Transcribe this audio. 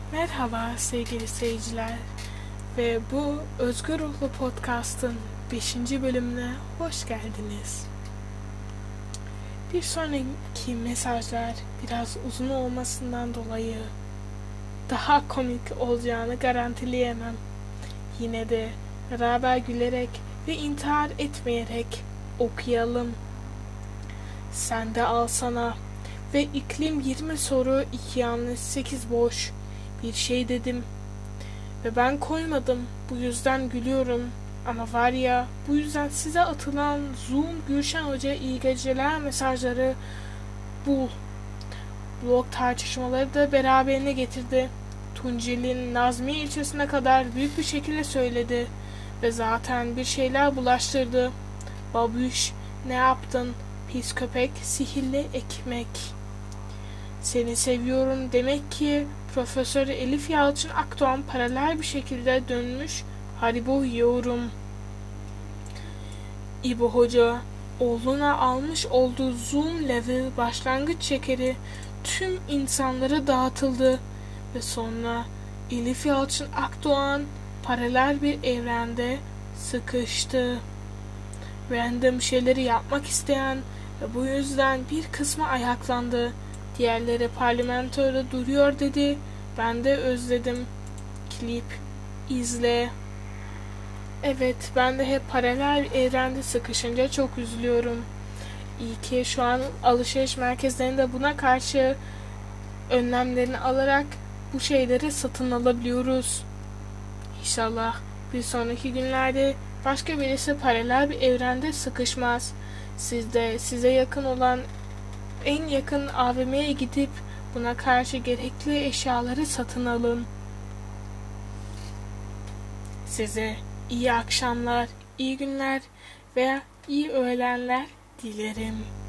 Merhaba sevgili seyirciler ve bu Özgür Ruhlu Podcast'ın 5. bölümüne hoş geldiniz. Bir sonraki mesajlar biraz uzun olmasından dolayı daha komik olacağını garantileyemem. Yine de beraber gülerek ve intihar etmeyerek okuyalım. Sen de alsana ve iklim 20 soru 2 yanlış 8 boş. Bir şey dedim ve ben koymadım, bu yüzden gülüyorum. Ama var ya, bu yüzden size atılan Zoom Gülşen Hoca iyi geceler mesajları bul. Blog tartışmaları da beraberine getirdi. Tunceli'nin Nazmiye ilçesine kadar büyük bir şekilde söyledi ve zaten bir şeyler bulaştırdı. Babuş, ne yaptın? Pis köpek, sihirli ekmek. Seni seviyorum demek ki Profesör Elif Yalçın Akdoğan paralel bir şekilde dönmüş Haribo yiyorum. İbo Hoca oğluna almış olduğu Zoom Level başlangıç şekeri tüm insanlara dağıtıldı ve sonra Elif Yalçın Akdoğan paralel bir evrende sıkıştı. Random şeyleri yapmak isteyen ve bu yüzden bir kısmı ayaklandı. Diğerleri parlamentoda duruyor dedi. Ben de özledim. Klip izle. Evet, ben de hep paralel evrende sıkışınca çok üzülüyorum. İyi ki şu an alışveriş merkezlerinde buna karşı önlemlerini alarak bu şeyleri satın alabiliyoruz. İnşallah bir sonraki günlerde başka birisi paralel bir evrende sıkışmaz. Siz de size yakın olan en yakın AVM'ye gidip buna karşı gerekli eşyaları satın alın. Size iyi akşamlar, iyi günler veya iyi öğlenler dilerim.